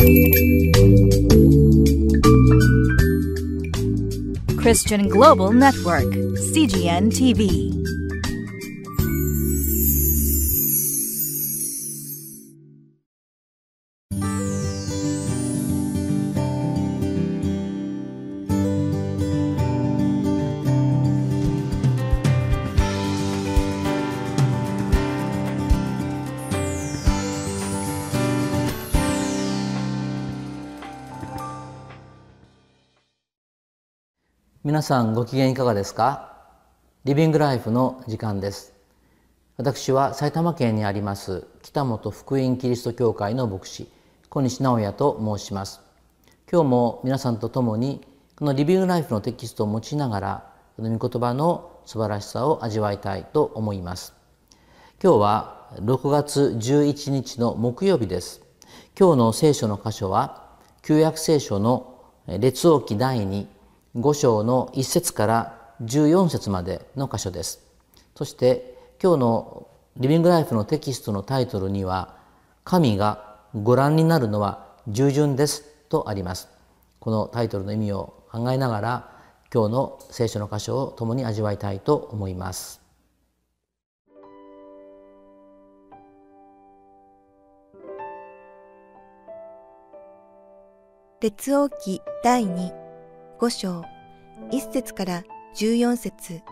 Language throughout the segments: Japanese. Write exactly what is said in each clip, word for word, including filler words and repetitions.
Christian Global Network シージーエヌ ティーブイ。 皆さんご機嫌いかがですか？リビングライフの時間です。私は埼玉県にあります北本福音キリスト教会の牧師小西直也と申します。今日も皆さんと共にこのリビングライフのテキストを用いながらこの御言葉の素晴らしさを味わいたいと思います。今日はろくがつじゅういちにちの木曜日です。今日の聖書の箇所は旧約聖書の列王記だいにご章のいっ節からじゅうよん節までの箇所です。そして今日のリビングライフのテキストのタイトルには神がご覧になるのは従順ですとあります。このタイトルの意味を考えながら今日の聖書の箇所を共に味わいたいと思います。 列王記だいにご章いっ節からじゅうよん節。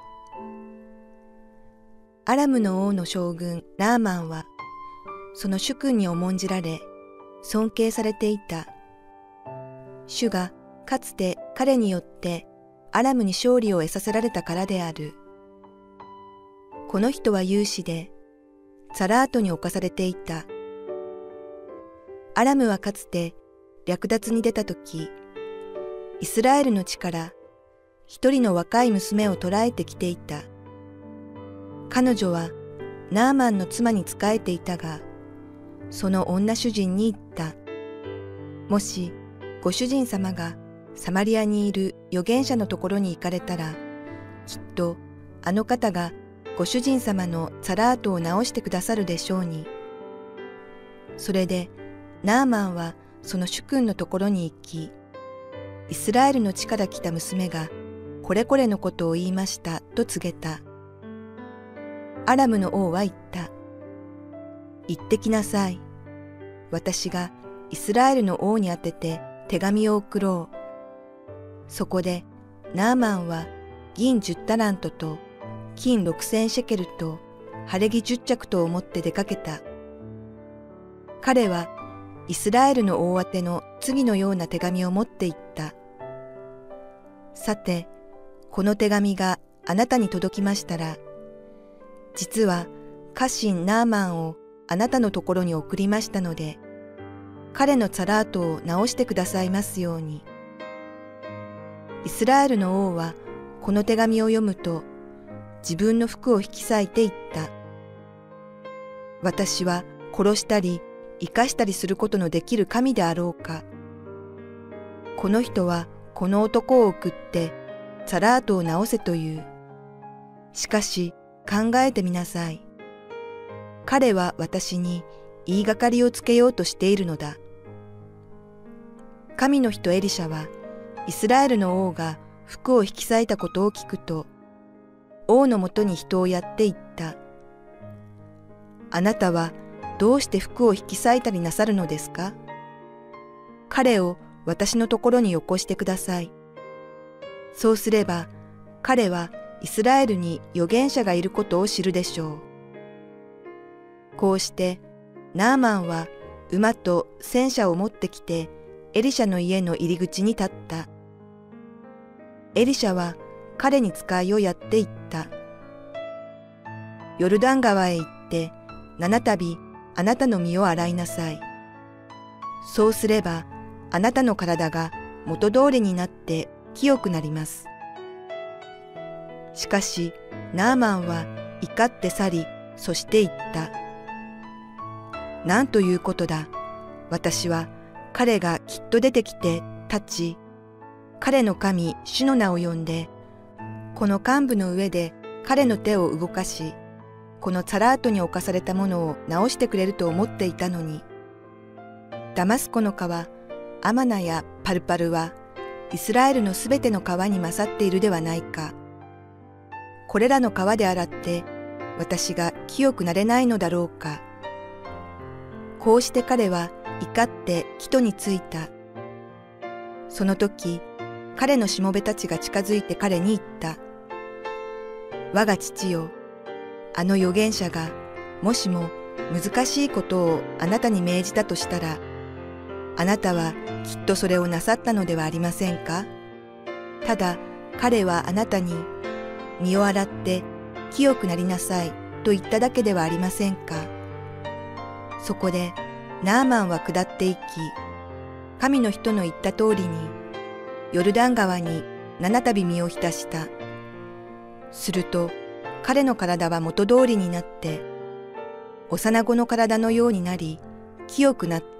アラムの王の将軍ナーマンはその主君に重んじられ尊敬されていた。主がかつて彼によってアラムに勝利を得させられたからである。この人は勇士でサラートに侵されていた。アラムはかつて略奪に出たとき、イスラエルの地から一人の若い娘を捕らえてきていた。彼女はナーマンの妻に仕えていたが、その女主人に言った。もしご主人様がサマリアにいる預言者のところに行かれたら、きっとあの方がご主人様のサラートを直してくださるでしょうに。それでナーマンはその主君のところに行き、イスラエルの地から来た娘がこれこれのことを言いましたと告げた。アラムの王は言った。行ってきなさい。私がイスラエルの王に宛てて手紙を送ろう。そこでナーマンは銀十タラントと金六千シェケルと晴れ着十着とを持って出かけた。彼はイスラエルの王宛ての次のような手紙を持って行った。さて、この手紙があなたに届きましたら、実は家臣ナーマンをあなたのところに送りましたので、彼のサラートを直してくださいますように。イスラエルの王はこの手紙を読むと、自分の服を引き裂いて言った。私は殺したり生かしたりすることのできる神であろうか。この人はこの男を送ってサラートを直せという。しかし考えてみなさい。彼は私に言いがかりをつけようとしているのだ。神の人エリシャはイスラエルの王が服を引き裂いたことを聞くと、王のもとに人をやって言った。あなたはどうして服を引き裂いたりなさるのですか？彼を私のところによこしてください。そうすれば彼はイスラエルに預言者がいることを知るでしょう。こうしてナーマンは馬と戦車を持ってきてエリシャの家の入り口に立った。エリシャは彼に使いをやって言った。ヨルダン川へ行って七度あなたの身を洗いなさい。そうすればあなたの体が元通りになって清くなります。しかしナーマンは怒って去り、そして言った。なんということだ。私は彼がきっと出てきて立ち、彼の神主の名を呼んで、この幹部の上で彼の手を動かし、このサラートに侵されたものを直してくれると思っていたのに、ダマスコの川アマナやパルパルはイスラエルのすべての川に勝っているではないか。これらの川で洗って私が清くなれないのだろうか。こうして彼は怒って帰途に着いた。その時、彼のしもべたちが近づいて彼に言った。我が父よ、あの預言者がもしも難しいことをあなたに命じたとしたら、あなたはきっとそれをなさったのではありませんか。ただ彼はあなたに、身を洗って清くなりなさいと言っただけではありませんか。そこでナーマンは下っていき、神の人の言った通りに、ヨルダン川に七度身を浸した。すると彼の体は元通りになって、幼子の体のようになり、清くなった。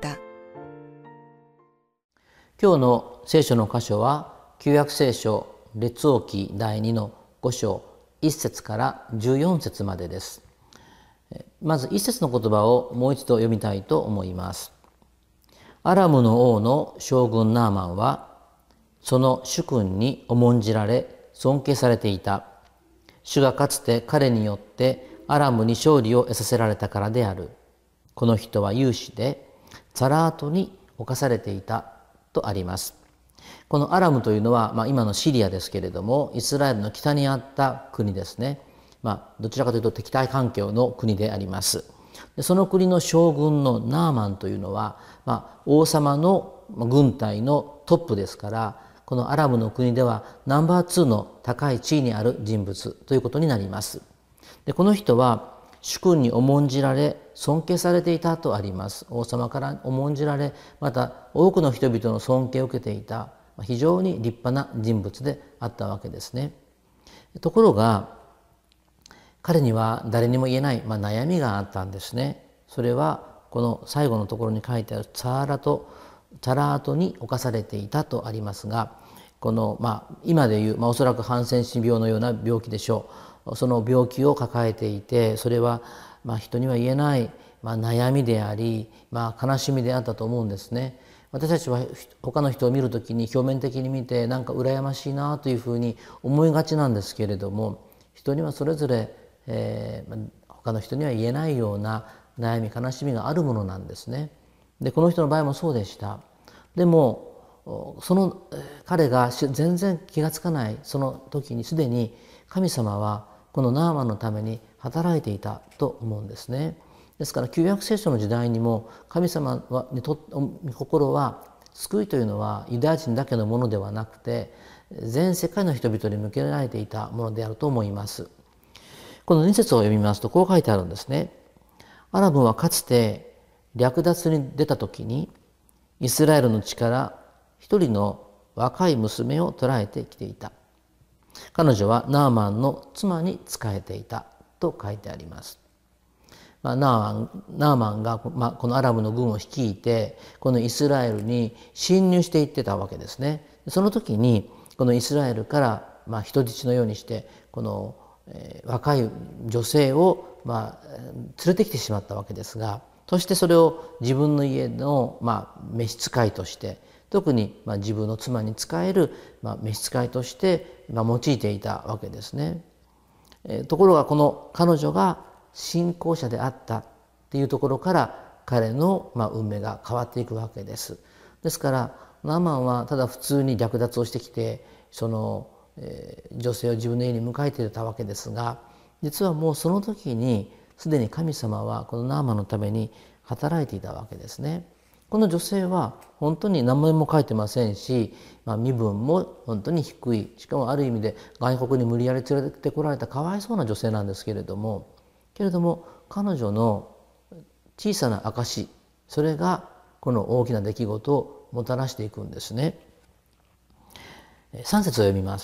今日の聖書の箇所は、旧約聖書列王記だいにのご章いっ節からじゅうよん節までです。まずいっ節の言葉をもう一度読みたいと思います。アラムの王の将軍ナーマンは、その主君に重んじられ尊敬されていた。主がかつて彼によってアラムに勝利を得させられたからである。この人は勇士でツァラートに侵されていたとあります。このアラムというのは、まあ、今のシリアですけれども、イスラエルの北にあった国ですね。まあ、どちらかというと敵対環境の国であります。でその国の将軍のナーマンというのは、まあ、王様の軍隊のトップですから、このアラムの国ではナンバーツーの高い地位にある人物ということになります。でこの人は主君に重んじられ尊敬されていたとあります。王様から重んじられ、また多くの人々の尊敬を受けていた非常に立派な人物であったわけですね。ところが彼には誰にも言えない、まあ、悩みがあったんですね。それはこの最後のところに書いてあるツァーラトチャラートに侵されていたとありますが、この、まあ、今でいう、まあ、おそらくハンセン氏病のような病気でしょう。その病気を抱えていて、それは、まあ、人には言えない、まあ、悩みであり、まあ、悲しみであったと思うんですね。私たちは他の人を見るときに表面的に見てなんか羨ましいなというふうに思いがちなんですけれども、人にはそれぞれ、えー、他の人には言えないような悩み悲しみがあるものなんですね。でこの人の場合もそうでした。でもその彼が全然気がつかないその時にすでに神様はこのナーマンのために働いていたと思うんですね。ですから旧約聖書の時代にも神様にと心は救いというのはユダヤ人だけのものではなくて全世界の人々に向けられていたものであると思います。このに節を読みますとこう書いてあるんですね。アラブはかつて略奪に出た時にイスラエルの地から一人の若い娘を捕らえてきていた。彼女はナーマンの妻に仕えていたと書いてあります。まあ、ナーマン、ナーマンが、まあ、このアラブの軍を率いてこのイスラエルに侵入していってたわけですね。その時にこのイスラエルから、まあ、人質のようにしてこの、えー、若い女性を、まあ、連れてきてしまったわけですが、そしてそれを自分の家の、まあ、召使いとして特に、まあ、自分の妻に仕える、まあ、召使いとして、まあ、用いていたわけですね。えー、ところがこの彼女が信仰者であったっていうところから彼の、まあ、運命が変わっていくわけです。ですからナーマンはただ普通に略奪をしてきてその、えー、女性を自分の家に迎えていたわけですが、実はもうその時にすでに神様はこのナーマンのために働いていたわけですね。この女性は本当に名前も書いてませんし、まあ、身分も本当に低い、しかもある意味で外国に無理やり連れてこられたかわいそうな女性なんですけれどもけれども彼女の小さな証、それがこの大きな出来事をもたらしていくんですね。さん節を読みます。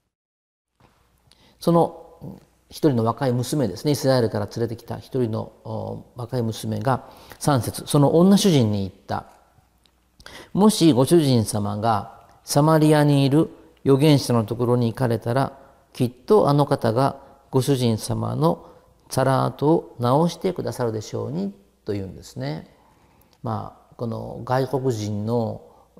その一人の若い娘ですね、イスラエルから連れてきた一人の若い娘がさん節、その女主人に言った。もしご主人様がサマリアにいる預言者のところに行かれたら、きっとあの方がご主人様のツァラートを直してくださるでしょうにというんですね。まあこの外国人の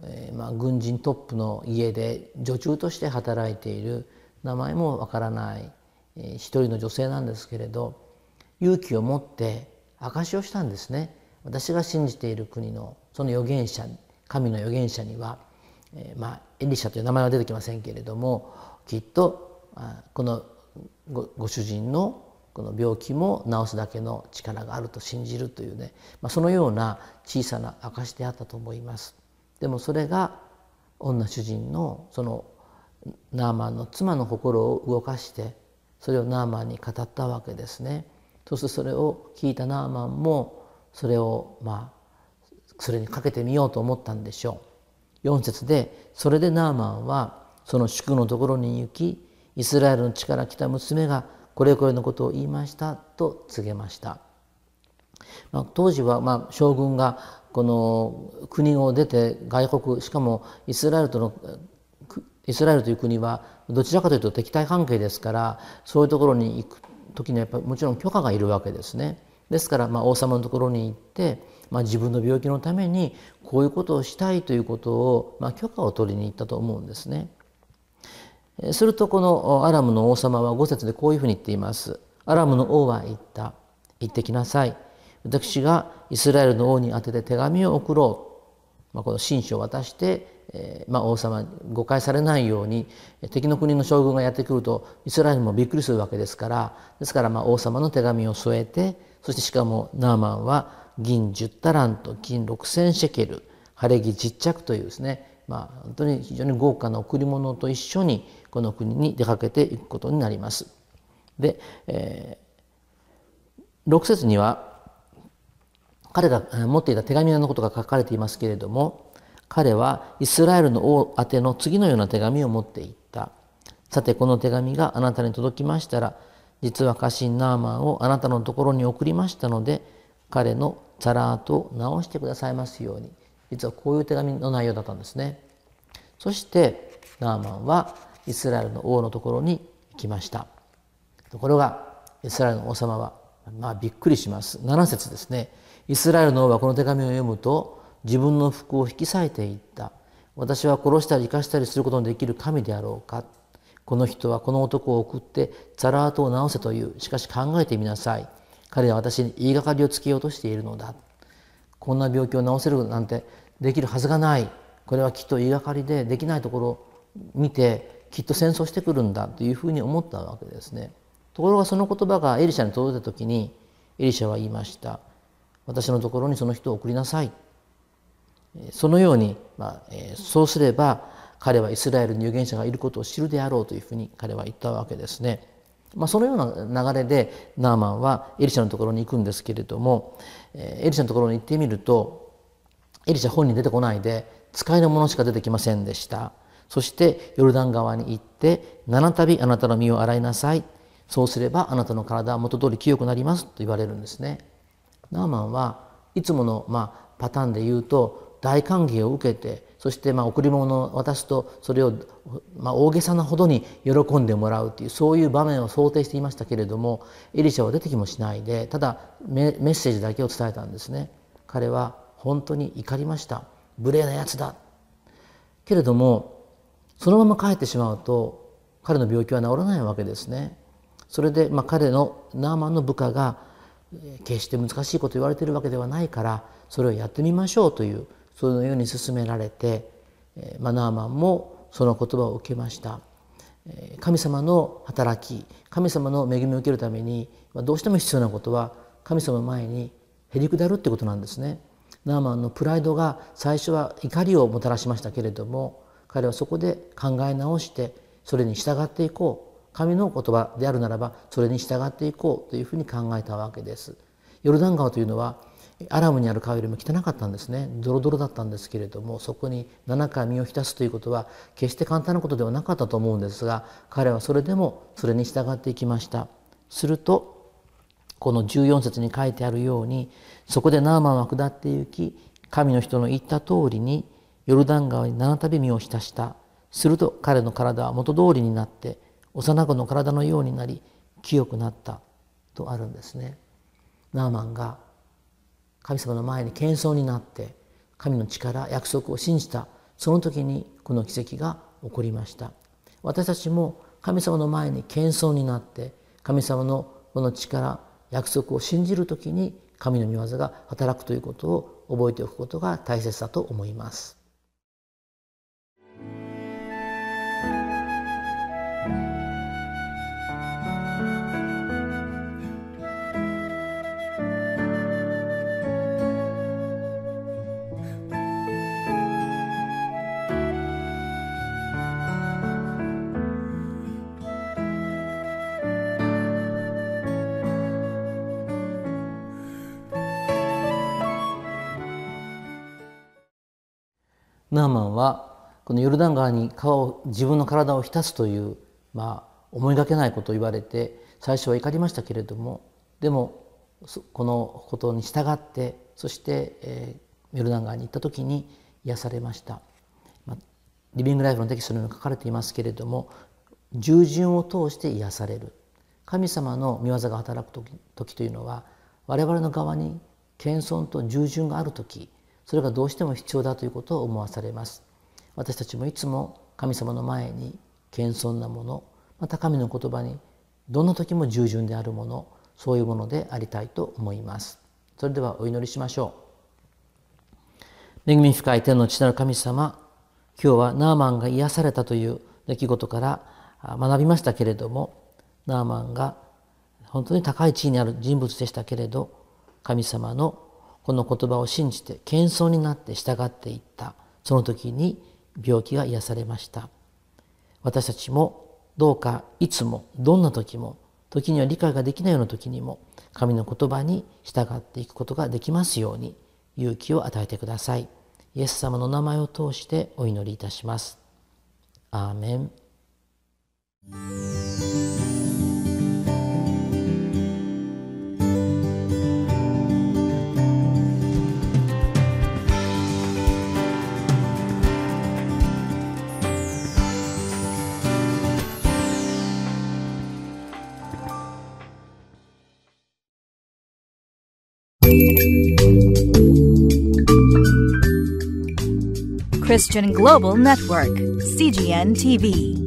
えーまあ、軍人トップの家で女中として働いている、名前もわからない、えー、一人の女性なんですけれど、勇気を持って証しをしたんですね。私が信じている国のその預言者、神の預言者には、えーまあ、エリシャという名前は出てきませんけれども、きっとあこの ご, ご主人のこの病気も治すだけの力があると信じるというね、まあ、そのような小さな証であったと思います。でもそれが女主人のそのナーマンの妻の心を動かして、それをナーマンに語ったわけですね。そうするとそれを聞いたナーマンもそれをまあそれにかけてみようと思ったんでしょう。よん節で、それでナーマンはその宿のところに行き、イスラエルの地から来た娘がこれこれのことを言いましたと告げました。まあ、当時はまあ将軍がこの国を出て外国、しかもイスラエルとのイスラエルという国はどちらかというと敵対関係ですから、そういうところに行く時にはやっぱりもちろん許可がいるわけですね。ですからまあ王様のところに行って、まあ、自分の病気のためにこういうことをしたいということを、まあ、許可を取りに行ったと思うんですね。するとこのアラムの王様はご節でこういうふうに言っています。アラムの王は言った。行ってきなさい。私がイスラエルの王に宛てて手紙を送ろう。まあ、この信書を渡して、えーまあ、王様に誤解されないように、敵の国の将軍がやってくるとイスラエルもびっくりするわけですから、ですからまあ王様の手紙を添えて、そしてしかもナーマンは銀じゅうタラント、金ろくせんシェケル、晴れ着じゅっちゃくというですね、まあ、本当に非常に豪華な贈り物と一緒にこの国に出かけていくことになります。で、えー、ろく節には彼が持っていた手紙のことが書かれていますけれども、彼はイスラエルの王宛ての次のような手紙を持っていった。さてこの手紙があなたに届きましたら、実は家臣ナーマンをあなたのところに送りましたので、彼のザラートを直してくださいますように。実はこういう手紙の内容だったんですね。そしてナーマンはイスラエルの王のところに行きました。ところがイスラエルの王様はまあびっくりします。なな節ですね。イスラエルの王はこの手紙を読むと自分の服を引き裂いていった。私は殺したり生かしたりすることのできる神であろうか。この人はこの男を送ってザラートを直せという。しかし考えてみなさい。彼は私に言いがかりをつけようとしているのだ。こんな病気を治せるなんてできるはずがない。これはきっと言いがかりで、できないところを見てきっと戦争してくるんだというふうに思ったわけですね。ところがその言葉がエリシャに届いた時に、エリシャは言いました。私のところにその人を送りなさい。そのように、まあえー、そうすれば彼はイスラエルに預言者がいることを知るであろうというふうに彼は言ったわけですね。まあ、そのような流れでナーマンはエリシャのところに行くんですけれども、エリシャのところに行ってみると、エリシャ本人出てこないで使いの者しか出てきませんでした。そしてヨルダン川に行って七度あなたの身を洗いなさい。そうすればあなたの体は元通り清くなりますと言われるんですね。ナーマンはいつものまあパターンで言うと大歓迎を受けて、そしてまあ贈り物を渡すとそれをまあ大げさなほどに喜んでもらうという、そういう場面を想定していましたけれども、エリシャは出てきもしないで、ただメッセージだけを伝えたんですね。彼は本当に怒りました。無礼なやつだ。けれどもそのまま帰ってしまうと彼の病気は治らないわけですね。それでまあ彼のナーマンの部下が決して難しいこと言われているわけではないからそれをやってみましょうという、そのように勧められて、まあ、ナーマンもその言葉を受けました。神様の働き、神様の恵みを受けるためにどうしても必要なことは神様の前にへり下るってことなんですね。ナーマンのプライドが最初は怒りをもたらしましたけれども、彼はそこで考え直してそれに従っていこう、神の言葉であるならばそれに従っていこうというふうに考えたわけです。ヨルダン川というのはアラムにある川よりも汚かったんですね。ドロドロだったんですけれども、そこにななかい身を浸すということは決して簡単なことではなかったと思うんですが、彼はそれでもそれに従っていきました。するとこのじゅうよん節に書いてあるように、そこでナーマンは下って行き、神の人の言った通りにヨルダン川にななたび身を浸した。すると彼の体は元通りになって幼子の体のようになり清くなったとあるんですね。ナーマンが神様の前に謙遜になって神の力、約束を信じた、 その時にこの奇跡が起こりました。私たちも神様の前に謙遜になって神様のこの力、約束を信じる時に神の御業が働くということを覚えておくことが大切だと思います。ナーマンはこのヨルダン川に川を自分の体を浸すという、まあ、思いがけないことを言われて最初は怒りましたけれども、でもこのことに従ってそして、えー、ヨルダン川に行った時に癒されました。まあ、リビングライフのテキストにも書かれていますけれども、従順を通して癒される。神様の御業が働く時、時というのは我々の側に謙遜と従順がある時、それがどうしても必要だということを思わされます。私たちもいつも神様の前に謙遜なもの、また神の言葉にどんな時も従順であるもの、そういうものでありたいと思います。それではお祈りしましょう。恵み深い天の父なる神様、今日はナーマンが癒されたという出来事から学びましたけれども、ナーマンが本当に高い地位にある人物でしたけれど、神様のこの言葉を信じて謙遜になって従っていった。その時に病気が癒されました。私たちもどうかいつもどんな時も、時には理解ができないような時にも神の言葉に従っていくことができますように勇気を与えてください。イエス様の名前を通してお祈りいたします。アーメン。 Christian Global Network, シージーエヌ ティーブイ